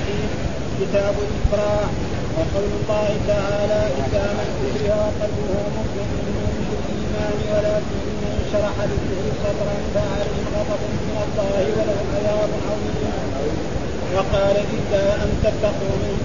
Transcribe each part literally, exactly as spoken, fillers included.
الرحيم. كتاب الإكراه. وقول الله تعالى إذا من أكره وقلبه مطمئن بالإيمان ولكن من شرح بالكفر صدرا فعليهم غضب من الله ولهم عذاب عظيم. وقال إلا أن تتقوا من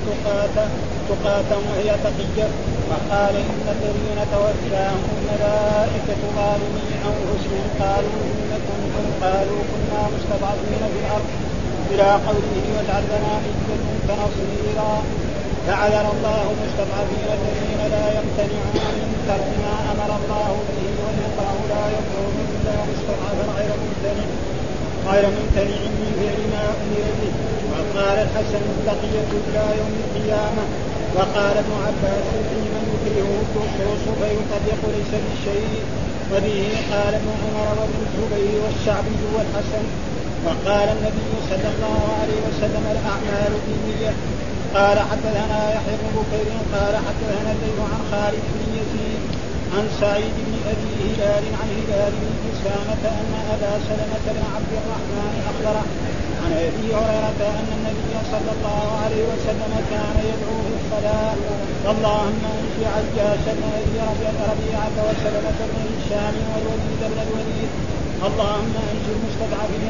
تقاة وهي تقية. وقال إن الذين توفاهم الملائكة ظالمي أنفسهم قالوا إن كنتم قالوا كنا مستضعفين في الأرض إلى قوله واجعل لنا من لدنك نصيرا. فعذر الله مستضعفين الذين لا يمتنعون من ترك ما أمر الله به ويكره لا يكون إلا مستضعفا غير ممتنع غير ممتنع من فعل ما أمر به. وقال الحسن التقية إلى يوم القيامة. وقال ابن عباس في من يكرهه الخصوص فيطلق ليس بالشيء. وبه قال ابن عمر وابن الزبير والشعبي والحسن. وقال النبي صلى الله عليه وسلم الأعمال بالنية. قال حدثنا يحيى بن بكير قال حدثنا الليث عن خالد بن يزيد عن سعيد بن أبي هلال عن هلال بن أسامة أن أبا سلمة بن عبد الرحمن أخبره عن أبي هريرة أن النبي صلى الله عليه وسلم كان يدعو في الصلاة اللهم انشئ عجاش بن أبي ربيعة وسلمة بن هشام والوليد بن الوليد اللهم انشئ المستضعفين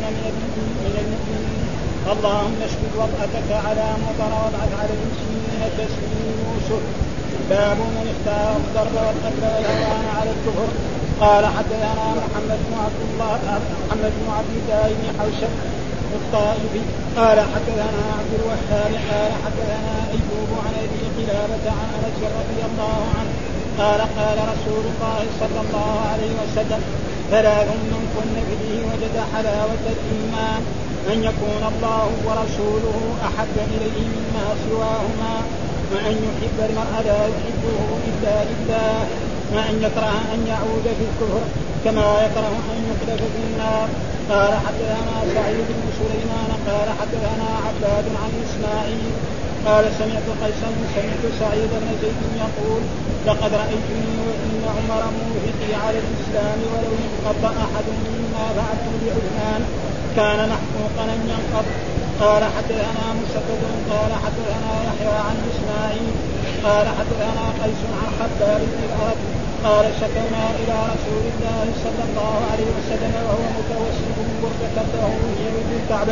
من المؤمنين اللهم اشفد وضعتك على مطر وابعث عليهم سنين كسنين يوسف. باب من اختار الضرب والقتل والهوان على الكفر. قال حدثنا محمد بن عبد الله محمد بن عبد الله بن حوشب الطائفي قال حدثنا عبد الوهاب قال حدثنا أيوب عن أبي قلابة عن أنس رضي الله عنه قال قال رسول الله صلى الله عليه وسلم ثلاث من كن به وجد حلاوة الإيمان أن يكون الله ورسوله أحب إليه مما سواهما وأن يحب المرء لا يحبه إلا لله وأن يكره أن يعود في الكفر كما يكره أن يقذف في النار. قال حدثنا سعيد بن سليمان قال حدثنا عباد عن إسماعيل قال سمعت قيسا سمعت سعيد بن زيد يقول لقد رأيتني وإن عمر موافقي على الإسلام ولو انقض أحد مما فعلت بعثمان كان محقوقا أن ينقض. قال حدثنا مسدد قال حدثنا يحيى عن إسماعيل قال حدثنا قيس عن خباب بن الأرض قال شكونا إلى رسول الله صلى الله عليه وسلم وهو متوسد بردة له في عود الكعبة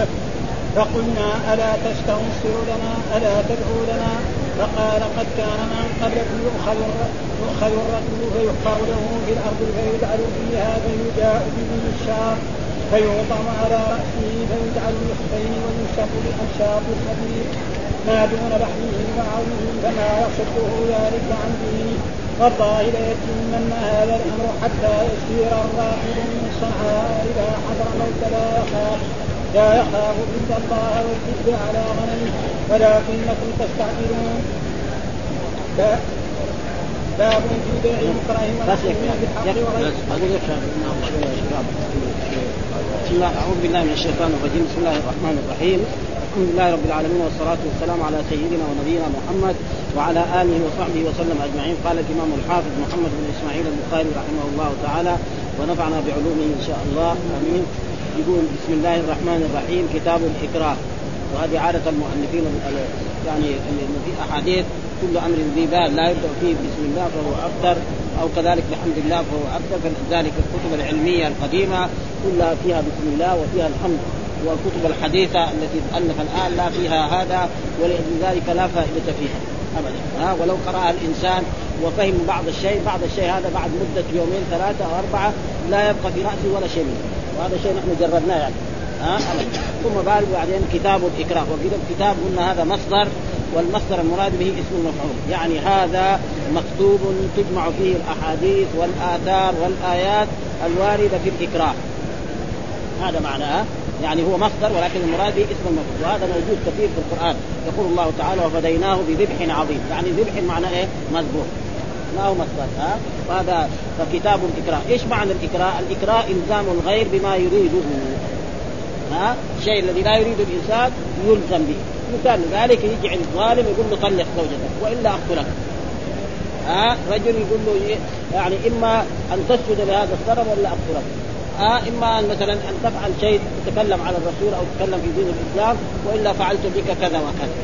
فقلنا ألا تستنصر لنا ألا تدعو لنا فقال قد كان من قبلكم يؤخذ الرجل فيحفر له في الأرض فيجعل فيها فيجاء به الشار فيوضع على رأسه فيجعل اليخفين وينشق بأنشاط الخبير ما دون لحمه وعظمه فما يصده ذلك عن دينه. والله ليتمن هذا الأمر حتى يسير الراحل من صنعاء إلى حضر موت لا يخاف لا يخاف إلا الله والذئب على غنمه ولكنكم تستعجلون. باب في بيع المكره والمسلمين بالحق وغيره. بسم الله أعوذ بالله من الشيطان الرجيم. بسم الله الرحمن الرحيم. الحمد لله رب العالمين والصلاة والسلام على سيدنا ونبينا محمد وعلى آله وصحبه وسلم أجمعين. قال الإمام الحافظ محمد بن إسماعيل البخاري رحمه الله تعالى ونفعنا بعلومه إن شاء الله آمين. يقول بسم الله الرحمن الرحيم كتاب الإكراه. وهذه عادة المؤلفين يعني في أحاديث كل أمر ذي بال لا يبدأ فيه بسم الله فهو أفضل أو كذلك بحمد الله فهو أفضل. فلذلك الكتب العلمية القديمة كلها فيها بسم الله وفيها الحمد. والكتب الحديثة التي تألف الآن لا فيها هذا ولذلك لا فائدة فيها أبدا. ها ولو قرأ الإنسان وفهم بعض الشيء بعض الشيء هذا بعد مدة يومين ثلاثة أو أربعة لا يبقى في رأسه ولا شيء منه. وهذا شيء نحن جربناه يعني. ها ثم بعد بعدين كتاب الإكراه. وكتاب كتاب قلنا هذا مصدر والمصدر المراد به اسم المفعول يعني هذا مكتوب تجمع فيه الأحاديث والآثار والآيات الواردة في الإكراه. هذا معناه يعني هو مصدر ولكن المراد به اسم المفعول. وهذا موجود كثير في القرآن. يقول الله تعالى وفديناه بذبح عظيم يعني ذبح معناه ايه مذبوح ما هو مصدر. ها وهذا فكتاب الإكراه. ايش معنى الإكراه؟ الإكراه إلزام الغير بما يريده. ها الشيء الذي لا يريد الإنسان يلزم به. مثال ذلك يجي عند ظالم يقول له طلق زوجتك وإلا أقتلك. ها رجل يقول له يعني إما أن تسجد لهذا الصنم ولا أقتلك. ها إما أن مثلا أن تفعل شيء تتكلم على الرسول أو تتكلم في دين الإسلام وإلا فعلت بك كذا وكذا.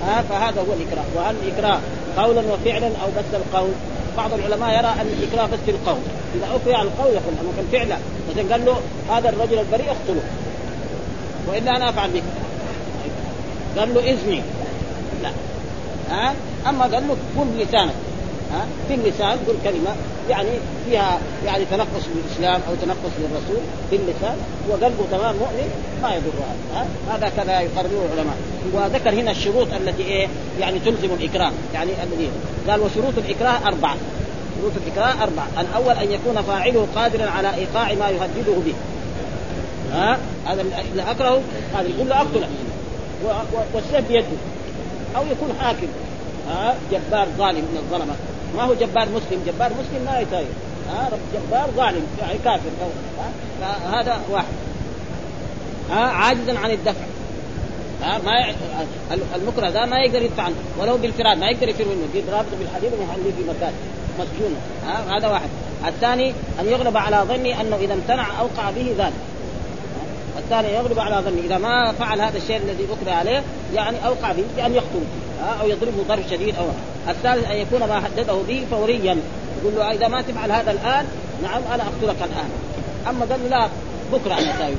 ها فهذا هو الإكراه. وهل الإكراه قولا وفعلا أو بس القول؟ بعض العلماء يرى أن الإكراه بس القول، إذا أكره على القول يقول أما كان فعلا مثلا قال له هذا الرجل البريء اقتله وإلا أنا أفعل بك، قال له إذني لا. ها أما قال له قل بلسانك، ها في اللسان قل كلمة يعني فيها يعني تنقص للإسلام أو تنقص للرسول باللسان وقلبه تمام مؤمن ما يضر هذا. هذا كذا يقرره العلماء. وذكر هنا الشروط التي إيه يعني تلزم الإكراه، يعني الذي قال وشروط الإكراه أربعة. شروط الإكراه أربعة. الأول أن يكون فاعله قادرا على إيقاع ما يهدده به. ها هذا اللي أكره هذا يقول له أقتله والسيف بيده، أو يكون حاكم ها جبار ظالم من الظلمة، ما هو جبار مسلم، جبار مسلم ما يتاير، ها جبار ظالم يعني كافر. هذا واحد. ها عاجزا عن الدفع، ها ما ي... المكره ده ما يقدر يدفع عنه ولو بالفراد، ما يقدر يفر منه، يجيب رابطه بالحديد ويحليه في مكان مسجون. ها هذا واحد. الثاني أن يغلب على ظني أنه إذا امتنع أوقع به ذلك. الثاني يغلب على ظني إذا ما فعل هذا الشيء الذي أكره عليه يعني أوقع به بأن يقتله أو يضربه ضرب شديد. أو الثالث أن يكون ما حدده به فوريا، يقول له إذا ما تفعل هذا الآن نعم أنا أقتلك الآن. أما قال لا بكرة أنا أساوي،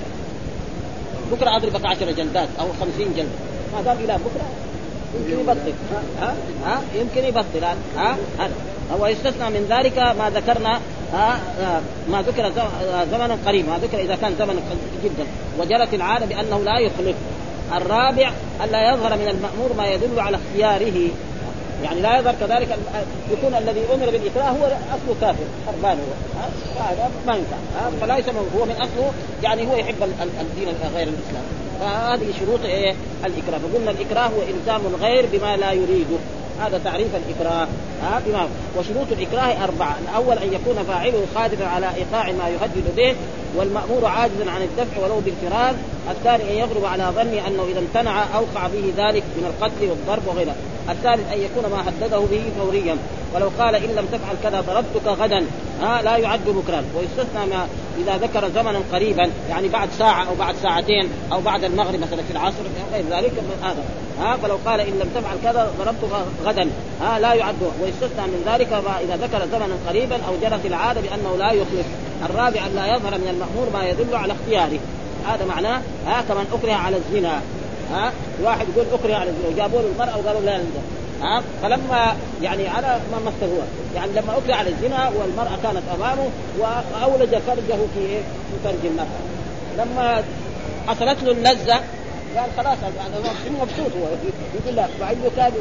بكرة أضربك عشر جلدات أو خمسين جلدة، ما قال لا بكرة يمكن يبطل. ها ها يمكن يبطل. ها هذا هو يستثنى من ذلك ما ذكرنا. ها ما ذكر زمنا قريب، ما ذكر إذا كان زمن جدا وجرت العادة بأنه لا يخلف. الرابع ألا يظهر من المأمور ما يدل على اختياره، يعني لا يظهر كذلك يكون الذي أمر بالإكراه هو أصله كافر حربان هو، هذا ما ينفع. فلا يسمى هو من أصله يعني هو يحب الدين غير الإسلام. فهذه شروط إيه الإكراه. فقلنا الإكراه هو إلزام الغير بما لا يريده، هذا تعريف الإكراه. ها بما وشروط الإكراه أربعة. الأول أن يكون فاعله قادرا على إيقاع ما يهدد به والمأمور عاجزا عن الدفع ولو بالفرار. الثاني أن يغلب على ظني أنه إذا امتنع أوقع به ذلك من القتل والضرب وغيره. الثالث أن يكون ما هدده به فوريا، ولو قال إن لم تفعل كذا ضربتك غدا ها لا يعد مكرا. ويستثنى ما إذا ذكر زمنا قريبا يعني بعد ساعة أو بعد ساعتين أو بعد المغرب مثلا في العصر غير ذلك هذا. ها فلو قال إن لم تفعل كذا ضربتك غدا ها لا يعد. ويستثنى من ذلك ما إذا ذكر زمنا قريبا أو جرت العادة بأنه لا يخلف. الرابع أن لا يظهر من المأمور ما يدل على اختياره، هذا معناه ها كمن أكره على الزنا. ها واحد يقول أكره على الزنا وجابوا له المرأة وقالوا لا نزل. ها فلما يعني على ما مثل هو يعني لما أكره على الزنا والمرأة كانت أمامه وأولج فرجه في في فرج المرأة، لما حصلت له اللذة قال خلاص أنا مبسوط. هو يقول لا بعد له كاد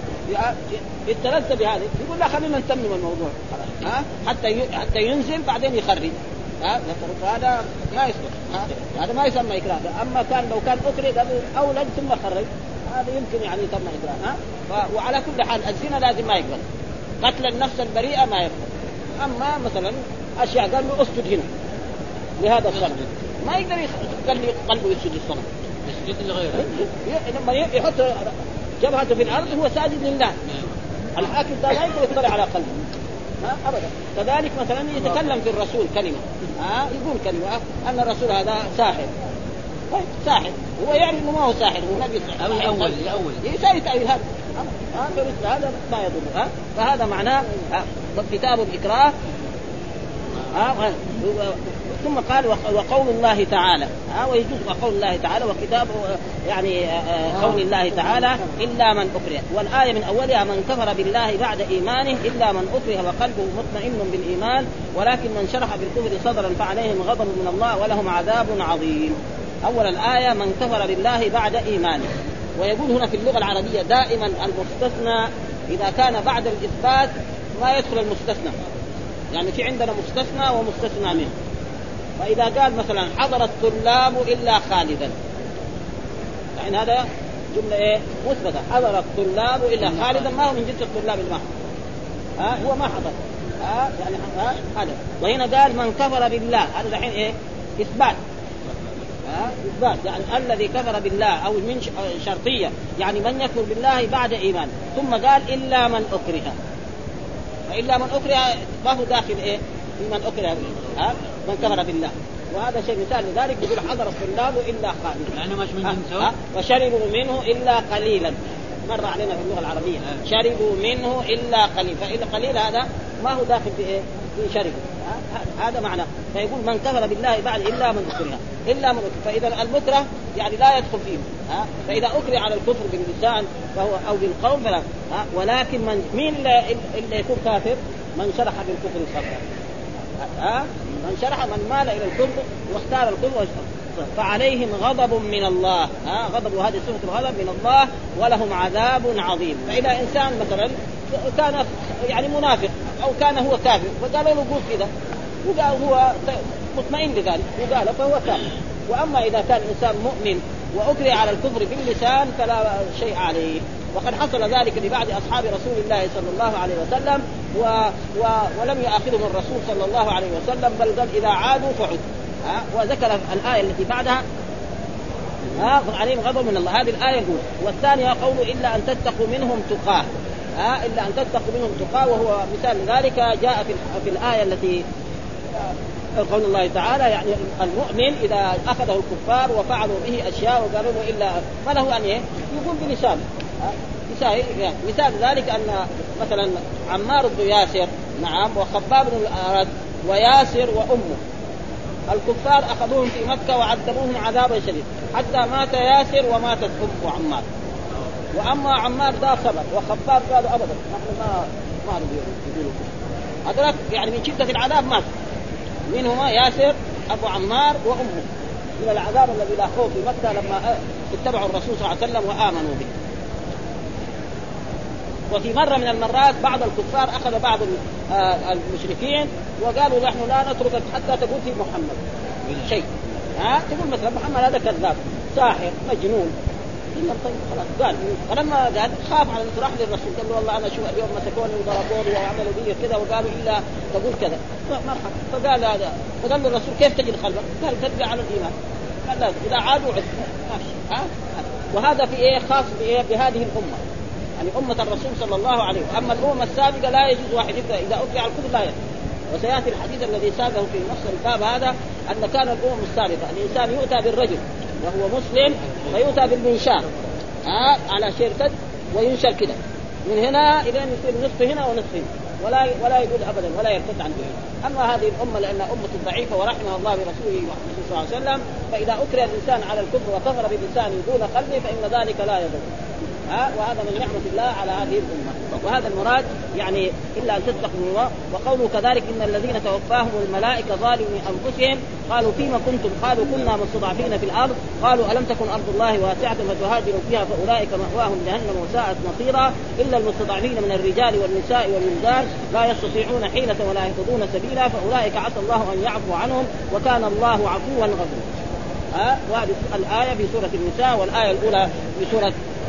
يتلذذ بهذا، يقول لا خلينا نتمم الموضوع ها حتى حتى ينزل بعدين يخرج. ها هذا ما يصلح، هذا ما يسمى إكراه. أما كان لو كان أكره قبل أولد ثم خرج هذا يمكن يعني يسمى إكراه. ها وعلى كل حال الزنا لازم ما يقبل، قتل النفس البريئة ما يقبل. أما مثلا أشياء قال له أسجد هنا لهذا الصنم ما يقدر يخلي قلبه يسجد الصنم، يسجد لغيره. لما يحط جبهته في الأرض هو ساجد لله، الحاكم ده لا يقدر يطلع على قلبه ها أبدا. كذلك مثلا يتكلم في الرسول كلمة ها يقول كلمة أن الرسول هذا ساحر، ساحر هو يعني إنه ما هو ساحر، هو نبي ساحر الأول الأول يساوي تأويل هذا ها هذا ما يضر. ها فهذا معناه كتاب الإكراه. ها ثم قال وقول الله تعالى ها ويجوز وقول الله تعالى وكتاب يعني قول الله تعالى إلا من أكره. والآية من أولها من كفر بالله بعد إيمانه إلا من أكره وقلبه مطمئن بالإيمان ولكن من شرح بالكفر صدرا فعليهم غضب من الله ولهم عذاب عظيم. أول الآية من كفر بالله بعد إيمانه. ويقول هنا في اللغة العربية دائما المستثنى إذا كان بعد الإثبات ما يدخل المستثنى، يعني في عندنا مستثنى ومستثنى منه. فإذا قال مثلا حضر الطلاب إلا خالدا يعني هذا جملة إيه مثبتة، حضر الطلاب إلا خالدا ما هو من جنس الطلاب المحض ها هو ما حضر ها يعني ها هذا. وهنا قال من كفر بالله هذا الحين إيه إثبات ها إثبات يعني الذي كفر بالله أو من شرطية يعني من يكفر بالله بعد إيمان. ثم قال إلا من أكره، فإلا من أكره ما هو داخل إيه في من أكره ها من كفر بالله. وهذا شيء مثال لذلك يقول حضر الطلاب إلا خالدا يعني مش من جنسه وشربوا منه إلا قليلا مر علينا في اللغة العربية شربوا منه إلا قليل، فإلا قليل هذا ما هو داخل في إيه؟ في شرب، هذا معنى. فيقول من كفر بالله بعد إلا من أكره، إلا من أكره. فإذا المكره يعني لا يدخل فيه، ها؟ فإذا أكره على الكفر باللسان فهو أو بالقول فلا، ها؟ ولكن من مين اللي يكون كافر؟ من شرح بالكفر صدره، ها؟ من شرح من مال إلى الكفر واختار الكفر فعليهم غضب من الله، ها؟ غضب، وهذه صفة الغضب من الله، ولهم عذاب عظيم. فإذا إنسان مثلا كان يعني منافق أو كان هو كافر فقالوا له قول كذا وقال هو مطمئن بذلك وقال فهو كافر. وأما إذا كان إنسان مؤمن وأكره على الكفر باللسان فلا شيء عليه. وقد حصل ذلك لبعض أصحاب رسول الله صلى الله عليه وسلم و... و... ولم يأخذهم الرسول صلى الله عليه وسلم، بل قال إذا عادوا فعد، ها؟ وذكر الآية التي بعدها ها عليهم غضب من الله، هذه الآية يقول. والثانية قول إلا أن تتقوا منهم تقاه، ها إلا أن تتقوا منهم تقاه، وهو مثال ذلك جاء في في الآية التي قول الله تعالى يعني المؤمن إذا أخذه الكفار وفعلوا به أشياء وقالوا له إلا فله أن إيه يقول بلسانه. يعني مثال ذلك أن مثلا عمار بن ياسر نعم وخباب بن الأرد وياسر وأمه الكفار أخذوهم في مكة وعذبوهم عذابا شديد حتى مات ياسر وماتت أم عمار. وأما عمار ذا صبر وخباب قالوا أبدا نحن ما ما نقول هذا يعني من شدة العذاب مات، منهما ياسر أبو عمار وأمه من العذاب الذي لاقوه في مكة لما اتبعوا الرسول صلى الله عليه وسلم وآمنوا به. وفي مرة من المرات بعض الكفار أخذ بعض المشركين وقالوا نحن لا نتركك حتى تقول في محمد شيء، ها تقول مثلا محمد هذا كذاب ساحر مجنون. طيب خلاص قال. فلما قال خاف على الصراحة للرسول قال له والله أنا شو اليوم مسكوني وضربوني وعملوا بي كذا وقالوا إلا تقول كذا مرحبا. فقال هذا فقال له الرسول كيف تجد خلفه؟ قال ترجع على الإيمان. قال لا إذا عادوا عد ها. وهذا في إيه خاص بإيه بهذه الأمة يعني أمة الرسول صلى الله عليه وسلم. أما الأمم السابقة لا يجوز واحد إذا أكره على الكفر لا يجوز. وسيأتي الحديث الذي ساقه في نص الباب هذا أن كان الأمم السابقة الإنسان يؤتى بالرجل وهو مسلم ويؤتى بالمنشار ها على شركة وينشر كده من هنا إلى أن يصير نصف هنا ونصف هنا ولا ولا يقول أبدا ولا يرتد عن دينه. أما هذه الأمة لأنها أمة ضعيفة ورحمها الله برسوله محمد صلى الله عليه وسلم، فإذا أكره الإنسان على الكفر وكفر بلسانه دون قلبه فإن ذلك لا يضر. ها وهذا من نعمة الله على هذه الأمة. وهذا المراد يعني إلا أن تتقوا. وقولوا كذلك إن الذين توفاهم الملائكة ظالمي أنفسهم قالوا فيما كنتم قالوا كنا مستضعفين في الأرض قالوا ألم تكن أرض الله واسعة فتهاجروا فيها فأولئك مأواهم جهنم وساءت مصيرا إلا المستضعفين من الرجال والنساء والولدان لا يستطيعون حيلة ولا يهتدون سبيلا فأولئك عسى الله أن يعفو عنهم وكان الله عفوا غفورا. ها وهذه الآية في سورة النساء، والآية الأولى في سورة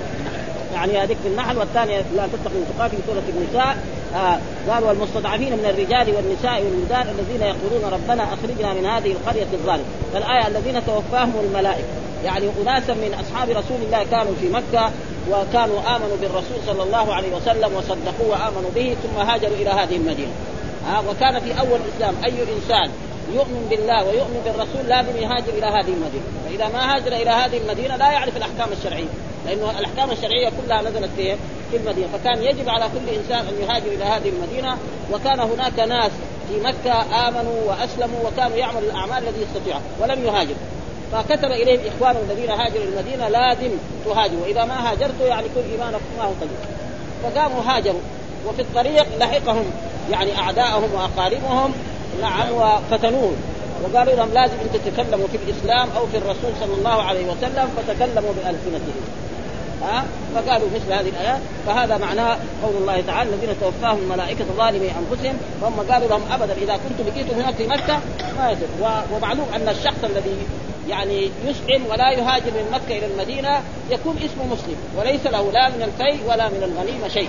يعني هذيك في النحل، والثانية لا تتقوا تقاه في سورة النساء. آه قال والمستضعفين من الرجال والنساء والولدان الذين يقولون ربنا أخرجنا من هذه القرية الظالمة. فالآية الذين توفاهم الملائكة يعني أناسا من أصحاب رسول الله كانوا في مكة وكانوا آمنوا بالرسول صلى الله عليه وسلم وصدقوا وآمنوا به ثم هاجروا إلى هذه المدينة. آه وكان في أول الإسلام أي إنسان يؤمن بالله ويؤمن بالرسول لازم يهاجر إلى هذه المدينة، فإذا ما هاجر إلى هذه المدينة لا يعرف الأحكام الشرعية لأنه الأحكام الشرعية كلها نزلت في المدينة. فكان يجب على كل إنسان أن يهاجر إلى هذه المدينة. وكان هناك ناس في مكة آمنوا وأسلموا وكانوا يعملوا الأعمال التي يستطيعها ولم يهاجروا، فكتب إليهم إخوانهم الذين هاجروا المدينة لازم تهاجروا وإذا ما هاجرتوا يعني كل إيمانكم ما هو طيب. فقاموا هاجروا وفي الطريق لحقهم يعني أعداءهم وأقاربهم نعم وفتنوهم وقالوا لهم لازم أن تتكلموا في الإسلام أو في الرسول صلى الله عليه وسلم فتكلموا بألسنتهم. ها فقالوا مثل هذه الآيات. فهذا معناه قول الله تعالى الذين توفاهم الملائكة ظالمي أنفسهم، فهم قالوا لهم أبدا إذا كنتم بقيتم هناك في مكة ما يصير. ومعلوم أن الشخص الذي يعني يسلم ولا يهاجر من مكة إلى المدينة يكون اسمه مسلم وليس له لا من الفيء ولا من الغنيمة شيء،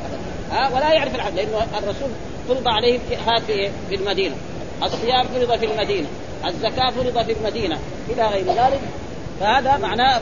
ها ولا يعرف العدل لأنه الرسول فرض عليه هذه في المدينة، الصيام فرض في المدينة، الزكاة فرض في المدينة إلى غير ذلك. فهذا معناه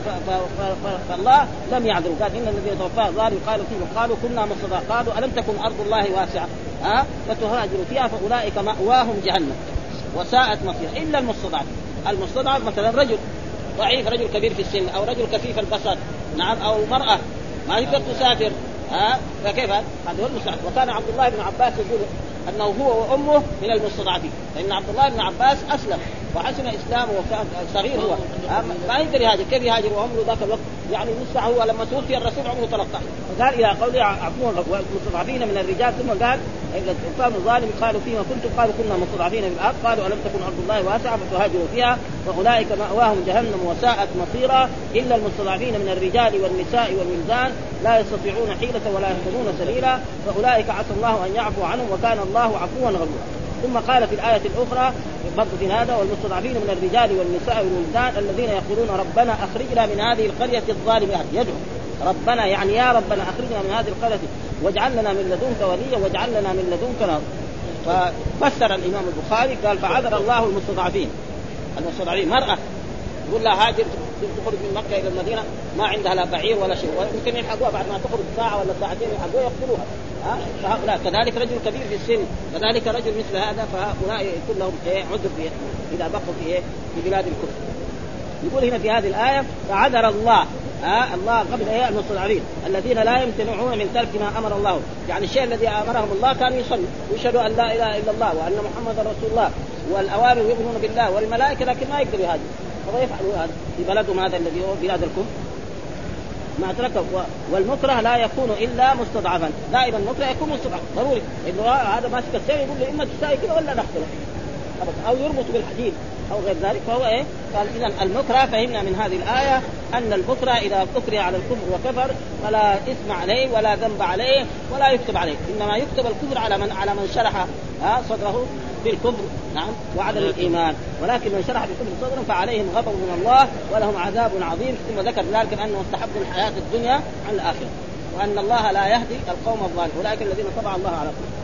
فالله لم يعذروا. قال إن الذين توفاهم ظالمين قالوا فيه قالوا كنا مستضعفين قالوا ألم تكن أرض الله واسعة ها فتهاجروا فيها فأولئك مأواهم جهنم وساءت مصيرا إلا المستضعف. المستضعف مثلا رجل ضعيف رجل كبير في السن أو رجل كفيف البصر نعم أو مرأة ما تقدر تسافر ها فكيف هذا هو المستضعف. وكان عبد الله بن عباس يقول انه هو وامه من المستضعفين، لان عبد الله بن عباس اسلم وحسن اسلامه وكان صغير هو ما يقدر يهاجر. كيف يهاجر وعمره ذاك الوقت يعني نص هو لما توفي الرسول عمره ثلاثة عشر. فقال الى قوله عفوا المستضعفين من الرجال، ثم قال اذا كانوا ظالم قالوا فيما كنتم قالوا كنا مستضعفين في الارض قالوا الم تكن ارض الله واسعه فتهاجروا فيها واولئك مأواهم جهنم وساءت مصيرا الا المستضعفين من الرجال والنساء والولدان لا يستطيعون حيلة ولا يهتدون سبيلا فاولئك عسى الله ان يعفو عنهم وكان الله عفوا غفورا. ثم قال في الآية الأخرى برضو في هذا والمستضعفين من الرجال والنساء والولدان الذين يقولون ربنا أخرجنا من هذه القرية الظالمة، يدعو ربنا يعني يا ربنا أخرجنا من هذه القرية واجعل لنا من لدنك وليا واجعل لنا من لدنك نصيرا. ففسر الإمام البخاري قال فعذر الله المستضعفين. المستضعفين مرأة يقول لها هاجر تخرج من مكة إلى المدينة ما عندها لا بعير ولا شيء ويمكن يلحقوها بعد ما تخرج ساعة ولا ساعتين يلحقوها يقتلوها. فهؤلاء كذلك رجل كبير في السن كذلك رجل مثل هذا فهؤلاء يكون لهم إيه عذر إذا بقوا في إيه في بلاد الكفر. يقول هنا في هذه الآية فعذر الله آه الله قبل إيه المستضعفين الذين لا يمتنعون من ترك ما أمر الله، يعني الشيء الذي أمرهم الله كانوا يصلوا ويشهدوا أن لا إله إلا الله وأن محمد رسول الله والأوامر يؤمنون بالله والملائكة لكن ما يقدروا هذا فهو يفعلوا هذا في بلدهم هذا الذي هو بلاد الكفر ما تركه. والمكره لا يكون إلا مستضعفا، دائما المكره يكون مستضعف ضروري إنه هذا ماسك السيف يقول له إما تساوي كده ولا نقتله أو يربط بالحديد أو غير ذلك فهو إيه. قال إذن المكره فهمنا من هذه الآية أن المكره إذا أكره على الكفر وكفر فلا إثم عليه ولا ذنب عليه ولا يكتب عليه، إنما يكتب الكفر على من على من شرح صدره بالكفر نعم وعدم الإيمان، ولكن من شرح بالكفر صدرا فعليهم غضب من الله ولهم عذاب عظيم. ثم ذكر ذلك أنه استحب الحياة الدنيا عن الآخرة وأن الله لا يهدي القوم الظالمين أولئك الذين طبع الله على قلوبهم.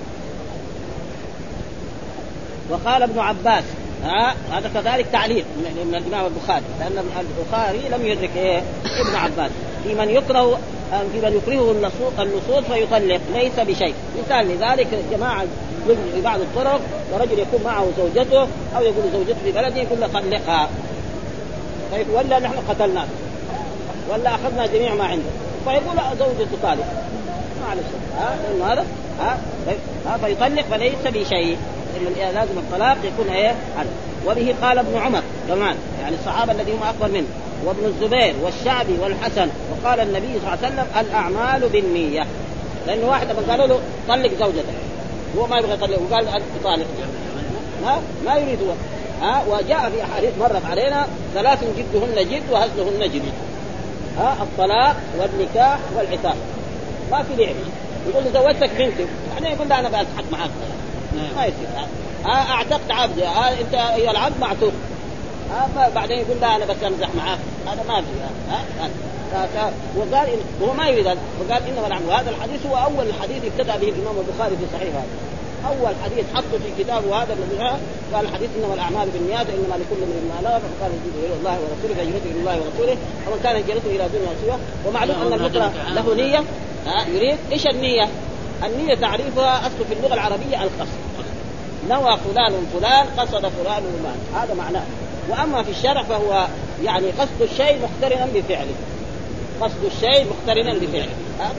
وقال ابن عباس ها هذا كذلك تعليق من الإمام البخاري لأن البخاري لم يدرك إيه ابن عباس في من يكره في من يكرهه اللصوص فيطلق ليس بشيء. مثال لذلك جماعة في بعض الطرق ورجل يكون معه زوجته أو يقول زوجته في بلده يقول له طلقها طيب ولا نحن قتلناه ولا أخذنا جميع ما عنده فيقول زوجته طالق معلش ها لأنه هذا ها ها فيطلق فليس بشيء إن لازم الطلاق يكون ايه هذا. وبه قال ابن عمر كمان يعني الصحابه الذين هم اكبر منه وابن الزبير والشعبي والحسن. وقال النبي صلى الله عليه وسلم الاعمال بالنيه، لانه واحد من قالوا له طلق زوجته هو ما يبغى يطلق وقال انت طالق ما ما يريد هو ها. وجاء في احاديث مرت علينا ثلاث جدهن جد وهزلهن جد ها الطلاق والنكاح والعتاق ما في لعب. يقول له زوجتك بنتي يعني يقول له انا بضحك معاك ما يصير ها اعتقد عبد ها انت هي العبد معتوق ها بعدين يقول لا انا بس امزح معاك هذا ما في ها ها. وقال هو ما يريد وقال انما العمل. وهذا الحديث هو اول الحديث ابتدأ به الامام البخاري في صحيح هذا اول حديث حطه في كتابه هذا الذي قال الحديث انما الاعمال بالنيات انما لكل من ما نوى فقال يجوز الى الله ورسوله فهجرته الى الله ورسوله ومن كان هجرته الى دنيا سوى. ومعلوم ان المكره له نيه ها يريد ايش النيه؟ النيه تعريفها اصل في اللغه العربيه القصد نوى فلان فلان قصد فلان وفلان هذا معناه. واما في الشرع فهو يعني قصد الشيء مقترنا بفعله قصد الشيء مقترنا بفعله.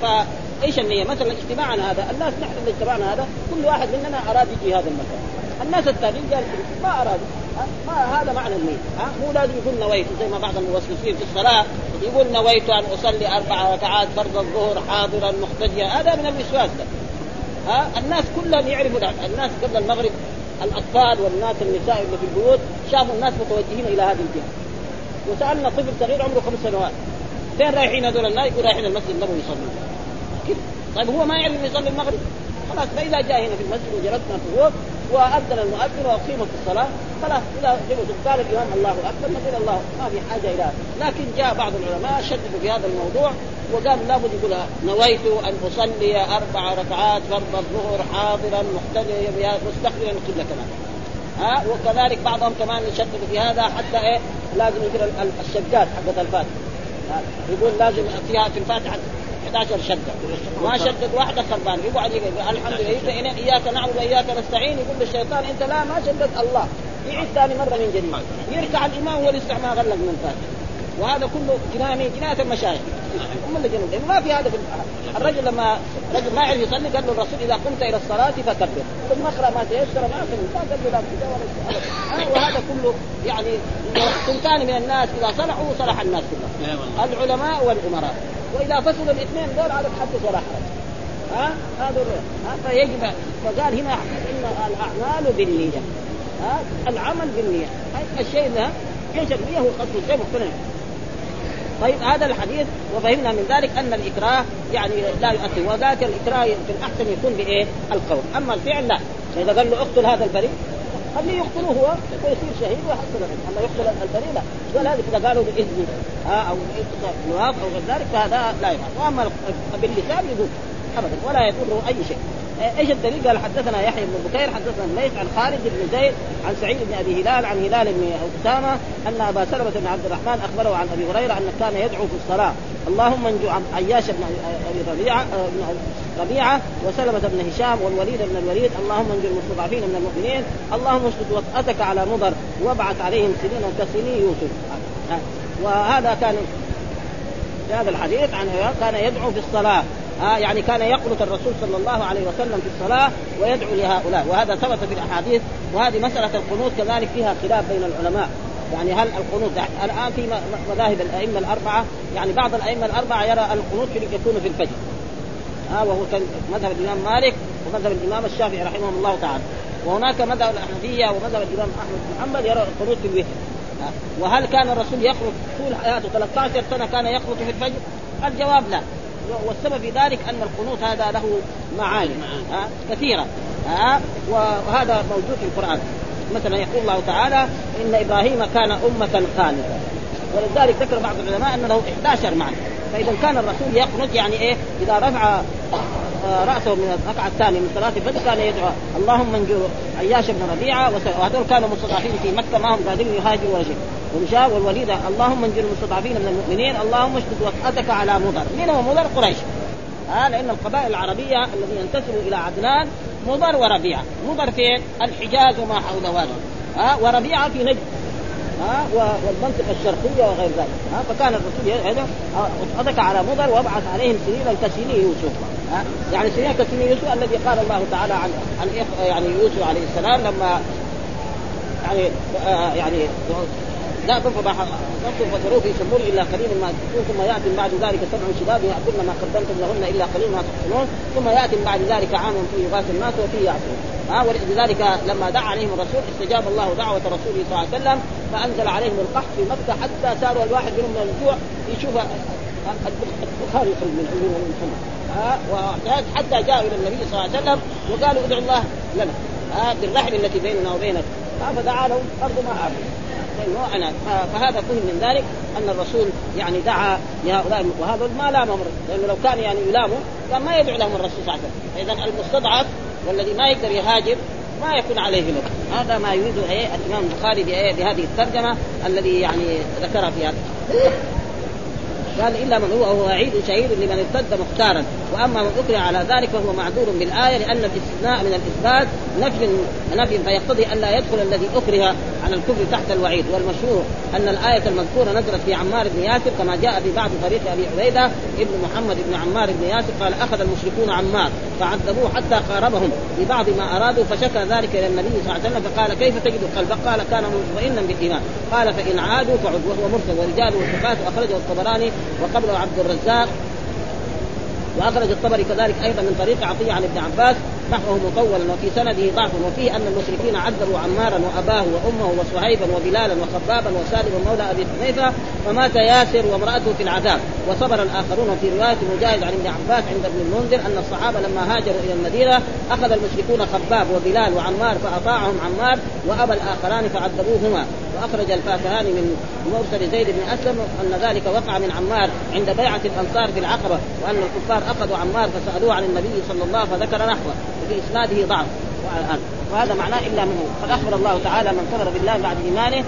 فايش النيه؟ مثلا اجتماعنا هذا الناس نحن اللي اجتمعنا هذا كل واحد مننا اراد يجي هذا المكان الناس التانيين قال ما ارادوا ما هذا معنى النيه ها. مو لازم يقول نويت زي ما بعض الموسوسين في الصلاه يقول نويت ان اصلي اربع ركعات فرض الظهر حاضرا مقتديا هذا من الوسواس ده ها. الناس كلهم يعرفوا الناس قبل المغرب الأطفال والناس النساء اللي في البيوت شافوا الناس متوجهين إلى هذه الجهة. وسألنا طفل صغير عمره خمس سنوات فين رايحين هذول الناس؟ يقول رايحين المسجد النبوي يصلون كده. طيب هو ما يعرف يصلي المغرب خلاص فإذا جاء هنا في المسجد وجلسنا في الوقت وأذن المؤذن وأقيمت الصلاة خلاص إذا قال الإمام الله أكبر نقول الله ما في حاجة إلى. لكن جاء بعض العلماء شددوا في هذا الموضوع وقالوا لابد يقول نويت أن أصلي أربع ركعات فرض الظهر حاضرا محتديا مستقبلا القبلة كمان ها. وكذلك بعضهم كمان يشددوا في هذا حتى إيه لازم يقرأ الشدات حقت الفاتحة يقول لازم فيها في الفاتحة إحدى عشر شدة ما شدد واحدة خربان يقعد يقول الحمد لله إياك نعبد وإياك نستعين يقول للشيطان أنت لا ما شدد الله يعيد ثاني مرة من جديد يركع الإمام والاستعماء غلق من الفاتحة وهذا كله جناية جناية المشايخ هم اللي جنوا، لأنه ما في هذا في الرجل. لما رجل ما يعرف يصلي قال له الرسول إذا قمت إلى الصلاة فكبر، ثم اقرأ ما تيسر ما ما قال له لا كذا ولا كذا. وهذا كله يعني سلطان من الناس إذا صلحوا صلح الناس كلهم، العلماء والأمراء، وإذا فسدوا الاثنين دول على حدث ولا حرج. ها هذا ها فيجب. فقال هنا إن الأعمال بالنية، ها العمل بالنية، الشيء ده ايش النية هو قصد الشيء مختلف. طيب هذا الحديث وفهمنا من ذلك أن الإكراه يعني لا يؤثر، وذاك الإكراه في الأحسن يكون بإيه القول، أما الفعل لا. إذا قال له اقتل هذا البريء خليه يقتله هو ويصير شهيد ويحصل له، أما يقتل البريء لا. ولا إذا قالوا بإذن ها أو نواف أو غير ذلك فهذا لا يفعل. وأما باللسان يقول أبدا ولا يضره أي شيء. ايش الدليل؟ قال حدثنا يحيى بن بكير حدثنا الليث عن خالد بن زيد عن سعيد بن ابي هلال عن هلال بن اسامه ان ابا سلمة بن عبد الرحمن اخبره عن ابي هريره ان كان يدعو في الصلاه اللهم انجو عياش بن ابي ربيعه ربيعه وسلمة بن هشام والوليد بن الوليد اللهم انجو المستضعفين من المؤمنين اللهم اشدد وطأتك على مضر وابعث عليهم سنين كسنين يوسف. وهذا كان في هذا الحديث عن كان يدعو في الصلاه، آه يعني كان يقنط الرسول صلى الله عليه وسلم في الصلاة ويدعو لهؤلاء، وهذا ثبت في الأحاديث. وهذه مسألة القنوت كذلك فيها خلاف بين العلماء، يعني هل القنوت الآن في مذاهب الأئمة الأربعة، يعني بعض الأئمة الأربعة يرى القنوت يكون في الفجر، آه وهو كان مذهب الإمام مالك ومذهب الإمام الشافعي رحمه الله تعالى، وهناك مذهب الأحمدية ومذهب الإمام أحمد بن حنبل يرى القنوت في الوتر. آه وهل كان الرسول يقنط طول حياته ثلاثة عشر سنة كان يقنط في الفجر؟ الجواب لا. والسبب في ذلك أن القنوت هذا له معاني آه كثيرة، آه وهذا موجود في القرآن. مثلا يقول الله تعالى إن إبراهيم كان أمة قانتا، ولذلك ذكر بعض العلماء أن له إحدى عشر معنى. فإذا كان الرسول يقنط يعني إيه؟ إذا رفع آه رأسه من الركعة الثانية من صلاة الفجر كان يدعو اللهم انجو عياش بن ربيعة، وهذول كانوا مستضعفين في مكة ما هم قادرين يهاجروا ولا شيء، ومشاء والوليد اللهم انجو المستضعفين من المؤمنين اللهم اشدد وطأتك على مضر. من هو مضر؟ قريش، آه لأن القبائل العربية الذي ينتسبوا إلى عدنان مضر وربيعة. مضر في الحجاز وما حوله، آه وربيعة في نجد، آه والمنطقة الشرقية وغير ذلك. آه فكان الرسول هذا وطأتك على مضر وابعث عليهم سنين كسنين يوسف، آه يعني سنين كسنين يوسف الذي قال الله تعالى عن عن يعني يوسف عليه السلام لما يعني آه يعني لا تنفض فتروه في سنبل إلا قليل ما تكون، ثم يأتي بعد ذلك سبع شداد يأكلن ما قدمتم لهن إلا قليل ما تحصنون، ثم يأتي بعد ذلك عام فيه يغاث الناس وفيه يعصرون. ها ولذلك لما دعا عليهم الرسول استجاب الله دعوة رسوله صلى الله عليه وسلم فأنزل عليهم القحط في مكة حتى صاروا الواحد منهم من الجوع يشوف البخار يخرج من عيونه ومن فمه، حتى جاءوا إلى النبي صلى الله عليه وسلم وقالوا ادعوا الله لنا ها بالرحم التي بيننا وبينك، فدعا لهم أرض ما عارف. فهذا فهم من ذلك أن الرسول يعني دعا لهؤلاء، وهذا ما لامهم، لأنه لو كان يعني يلاموا كان ما يدعو لهم الرسول صلى الله عليه وسلم. إذن المستضعف والذي ما يقدر يهاجر ما يكون عليه لوم. هذا ما يريد إيه الإمام البخاري بهذه الترجمة الذي يعني ذكرها في هذا. قال إلا من هو هو عيد شهيد لمن ارتد مختارا، وأما من أكره على ذلك فهو معذور بالآية، لأن الاستثناء من الإثبات نفي نفي فيقتضي ألا يدخل الذي أكره على الكفر تحت الوعيد. والمشهور أن الآية المذكورة نزلت في عمار بن ياسر كما جاء في بعض طريق أبي عبيدة ابن محمد بن عمار بن ياسر قال أخذ المشركون عمار فعذبوه حتى قاربهم ببعض ما أرادوا، فشكى ذلك إلى النبي صلى الله عليه وسلم فقال كيف تجد قلبك؟ قال كان مطمئنا بالإيمان. قال فإن عادوا فعد، وهو مرسل ورجاله والثقات، وأخرجه الطبراني وقبله عبد الرزاق، وأخرج الطبري كذلك أيضا من طريق عطية عن ابن عباس نحوه مطولا وفي سنده ضعف، وفيه أن المشركين عذبوا عمارا وأباه وأمه وصهيبا وبلالا وخبابا وسالما مولى أبي حنيفة فمات ياسر وامرأته في العذاب. وصبر الآخرون. في رواية مجاهد عن ابن عباس عند ابن المنذر أن الصحابة لما هاجروا إلى المدينة أخذ المشركون خباب وبلال وعمار فأطاعهم عمار وأبى الآخران فعذبوهما. وأخرج الفاكهاني من مرسل زيد بن أسلم أن ذلك وقع من عمار عند بيعة الأنصار في العقبة، وأن الكفار أخذوا عمار فسألوه عن النبي صلى الله عليه وسلم فذكر نحوه، وفي إسناده ضعف. وهذا معناه إلا منه. قد أخبر الله تعالى من كفر بالله بعد إيمانه